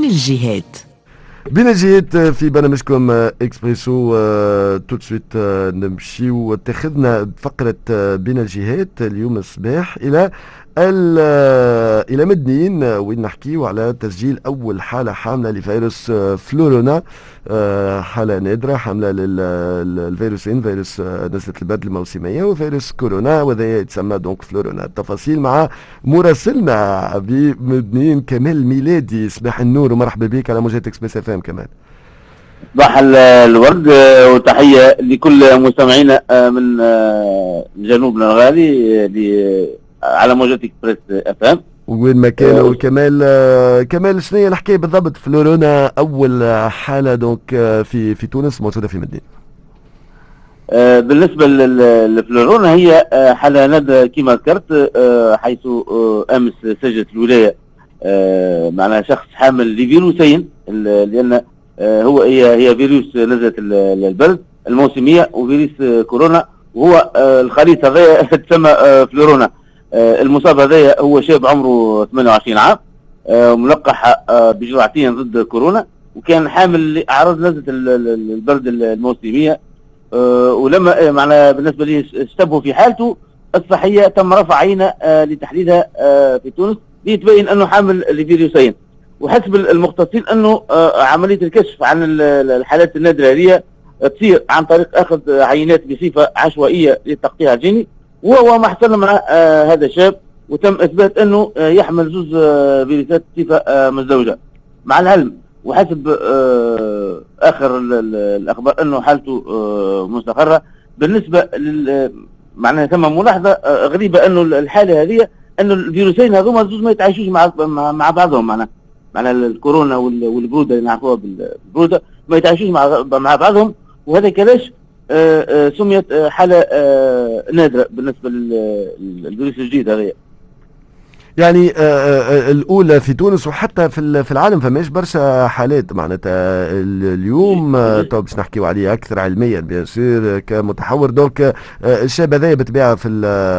الجهات. بين الجهات في برنامجكم اكسبريسو. تو سويت نمشيو اتخذنا فقرة بين الجهات اليوم الصباح إلى مدنين، وين نحكيو على تسجيل أول حالة حاملة لفيروس فلورونا، حالة نادرة حاملة للفيروسين، فيروس نزلة البرد الموسمية وفيروس كورونا، وهذا يتسمى دونك فلورونا. التفاصيل مع مراسلنا بمدنين كمال ميلادي. صباح النور ومرحبا بك على موجات اكسبريس اف ام. كمان صباح الورد وتحية لكل مستمعينا من جنوبنا الغالي على موجات اكسبريس اف ام وين ما كانوا. كمال شنو هي الحكايه بالضبط؟ فلورونا اول حاله دونك في تونس موجوده في مدينه. بالنسبه لفلورونا هي حاله نادره كما ذكرت، حيث امس سجلت الولايه معناها شخص حامل لفيروسين، لان هي فيروس نزله البرد الموسميه وفيروس كورونا، وهو الخليط هذا تسمى فلورونا. المصاب هذا هو شاب عمره 28 عام، ملقح بجرعتين ضد كورونا، وكان حامل لأعراض نزلة البرد الموسمية. ولما معنا بالنسبة لي اشتبهوا في حالته الصحية تم رفع عينة لتحليلها في تونس ليتبين أنه حامل لفيروسين. وحسب المختصين أنه عملية الكشف عن الحالات النادرة هذه تصير عن طريق أخذ عينات بصفة عشوائية للتقطيع الجيني، وهو ما حصل مع هذا الشاب، وتم اثبات انه يحمل زوج فيروسات بصفه مزدوجه. مع العلم وحسب اخر الاخبار انه حالته مستقره. بالنسبه معناها ثم ملاحظه غريبه انه الحاله هذه انه الفيروسين هذوما زوج ما يتعايشوش مع بعضهم. معناها الكورونا والبروده اللي نعرفوها بالبروده ما يتعايشوش مع بعضهم، وهذا كلاش سميت حالة نادرة بالنسبة للفيروس الجديد هذا. يعني الأولى في تونس وحتى في العالم فماش برشا حالات معناتها اليوم. طب باش نحكيو عليه أكثر علميا بيان سور كمتحور. دونك الشاب هذايا بالطبيعة في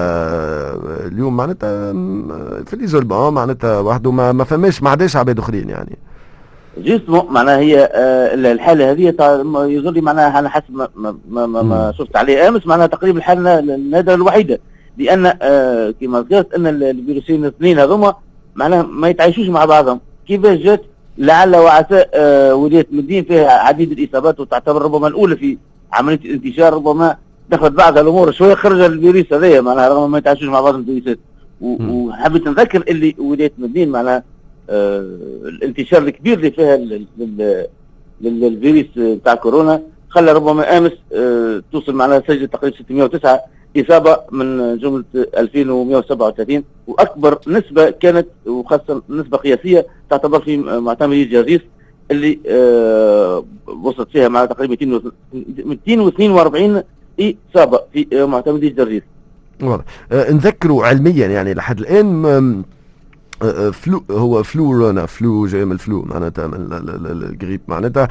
اليوم معناتها في الإيزولمون معناتها وحده، ما فماش ما عادش عباد أخرين يعني. جسمه معناها هي الحالة هذه يظل لي معناها أنا حسب ما شفت عليه أمس معناها تقريبا الحالة النادرة الوحيدة، لأن كما ذكرت أن الفيروسين الاثنين هذوما معناها ما يتعايشوش مع بعضهم. كيفاش جات؟ لعل وعسى ولاية مدين فيها عديد الإصابات وتعتبر ربما الأولى في عملية الانتشار، ربما دخلت بعض الأمور شوية خرج الفيروس هذايا معناها رغم ما يتعايشوش مع بعض الفيروسات. وحبيت نذكر اللي ولاية مدين معناها الانتشار الكبير اللي فيها للفيروس بتاع كورونا خلى ربما امس توصل معنا سجل تقريبا 609 اصابه من جمله 2137، واكبر نسبه كانت وخاصه نسبه قياسيه تعتبر في معتمديه جرجيس اللي وصلت فيها مع تقريبا 242 اصابه في معتمديه جرجيس. واضح. نذكروا علميا يعني لحد الان فلو هو فلورونا، فلو جاي من الفلو معناتها من الجريب معناتها،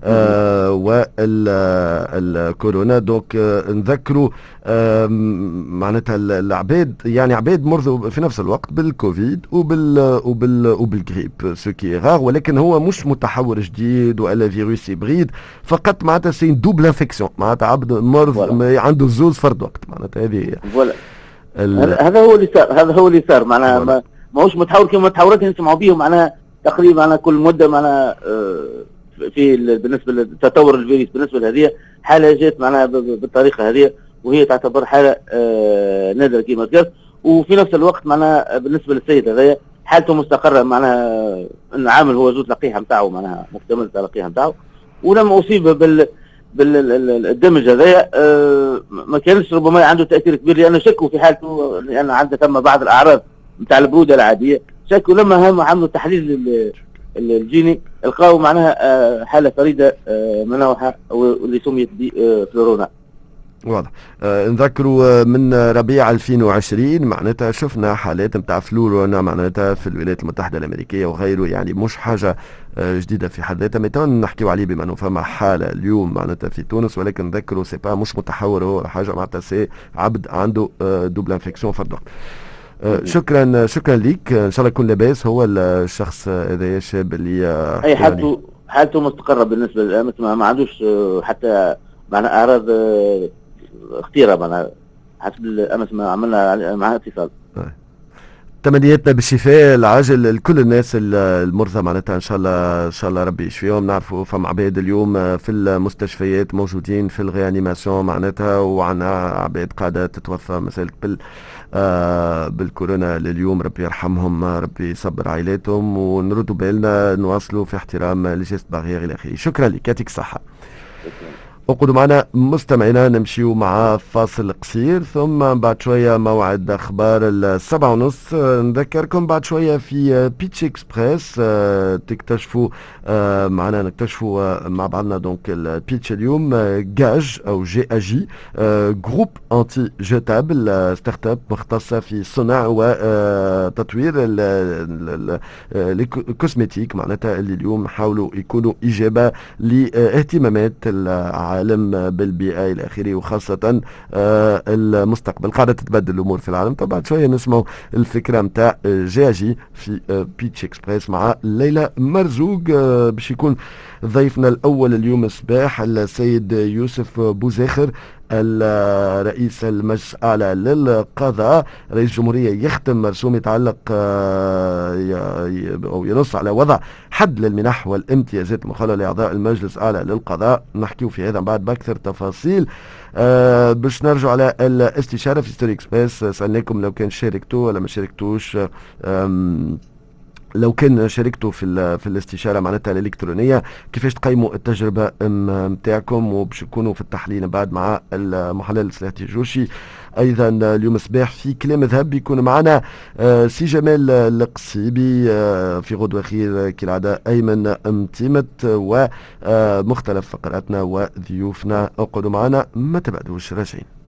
والكورونا. دونك نذكروا معناتها العباد يعني عباد مرضوا في نفس الوقت بالكوفيد وبالجريب سو كي غار، ولكن هو مش متحور جديد ولا فيروس هيبريد، فقط معناتها سي دوبل انفكسيون، معناتها عبد مرض عنده زوز فرد وقت معناتها هذه. هذا هو اللي صار معناها ماهوش متحور كما التحورات اللي نسمعوا بيهم معناها تقريبا على كل مده معناها في بالنسبه لتطور الفيروس. بالنسبه لهذه حاله جات معناها بالطريقه هذه، وهي تعتبر حاله نادره كما ذكرت. وفي نفس الوقت معناها بالنسبه للسيد هذايا حالته مستقره، معناها ان عامل هو زوج لقيحه نتاعو معناها مكتمل لقيحه نتاعو، ولما اصيب بالدمج هذايا ما كانش ربما عنده تاثير كبير، لانه شكوا في حالته لان عنده ثم بعض الاعراض نتاع البروده العاديه. شكوا لما هم عملوا تحليل الجيني لقاو معناها حاله فريده منوعه واللي سميت بفلورونا. واضح. نذكروا من ربيع 2020 معناتها شفنا حالات نتاع فلورونا معناتها في الولايات المتحده الامريكيه وغيره، يعني مش حاجه جديده في حد ذاتها. متى نحكيو عليه بما انه فما حاله اليوم معناتها في تونس، ولكن نذكروا سي با مش متحور، هو حاجه معناتها سي عبد عنده دوبل انفكسيون فرد وقت. شكرا ليك. ان شاء الله يكون لاباس هو الشخص هذا الشاب اللي اي حكينا عليه. حالته مستقره بالنسبه للامس، ما عندوش حتى معنى اعراض خطيره، معنى حسب الامس ما عملنا معها اتصال. تمنياتنا بالشفاء العاجل لكل الناس المرضى معناتها، ان شاء الله ربي يشفيهم. نعرفوا فما عباد اليوم في المستشفيات موجودين في الريانيماسيون معناتها، وعنا عباد قاعده تتوفى مسألة بالكورونا لليوم. ربي يرحمهم، ربي يصبر عائلاتهم، ونردوا بالنا نواصلوا في احترام لجست باغيير الى اخره. شكرا لك، يعطيك الصحه. اقعدوا معنا مستمعينا، نمشيو مع فاصل قصير، ثم بعد شوية موعد أخبار 7:30. نذكركم بعد شوية في بيتش إكسبريس تكتشفوا معنا، نكتشفوا مع بعضنا دونك البيتش اليوم جاج أو GAJ، جروب أنتي جيتابل، ستارت اب مختصة في صنع وتطوير الكوزمتيك معناتها، اللي اليوم حاولوا يكونوا إجابة لاهتمامات العالم بالبيئة إلى آخره، وخاصة المستقبل. قاعدة تتبدل الأمور في العالم. طبعا شوية نسمعوا الفكرة متاع GAJ في بيتش إكسبريس مع ليلى مرزوق. باش يكون ضيفنا الأول اليوم صباح السيد يوسف بوزاخر، الرئيس المجلس الأعلى للقضاء. رئيس الجمهورية يختم مرسوم يتعلق أو ينص على وضع حد للمنح والامتيازات المخالة لأعضاء المجلس الأعلى للقضاء. نحكيو في هذا بعد بأكثر تفاصيل. باش نرجع على الاستشارة في ستوري اكسبريس، سألناكم لو كان شاركتوا ولا ما شاركتوش. لو كان شاركتوا في الاستشاره معناتها الالكترونيه، كيفاش تقيموا التجربه نتاعكم؟ وباش يكونوا في التحليل بعد مع المحلل سلاحتي جوشي. ايضا اليوم صباح في كلام ذهب يكون معنا سي جمال القصيبي، في غدوه خير كالعاده ايمن متيمت، ومختلف فقراتنا وضيوفنا. اقعدوا معنا ما تبعدوش، راجعين.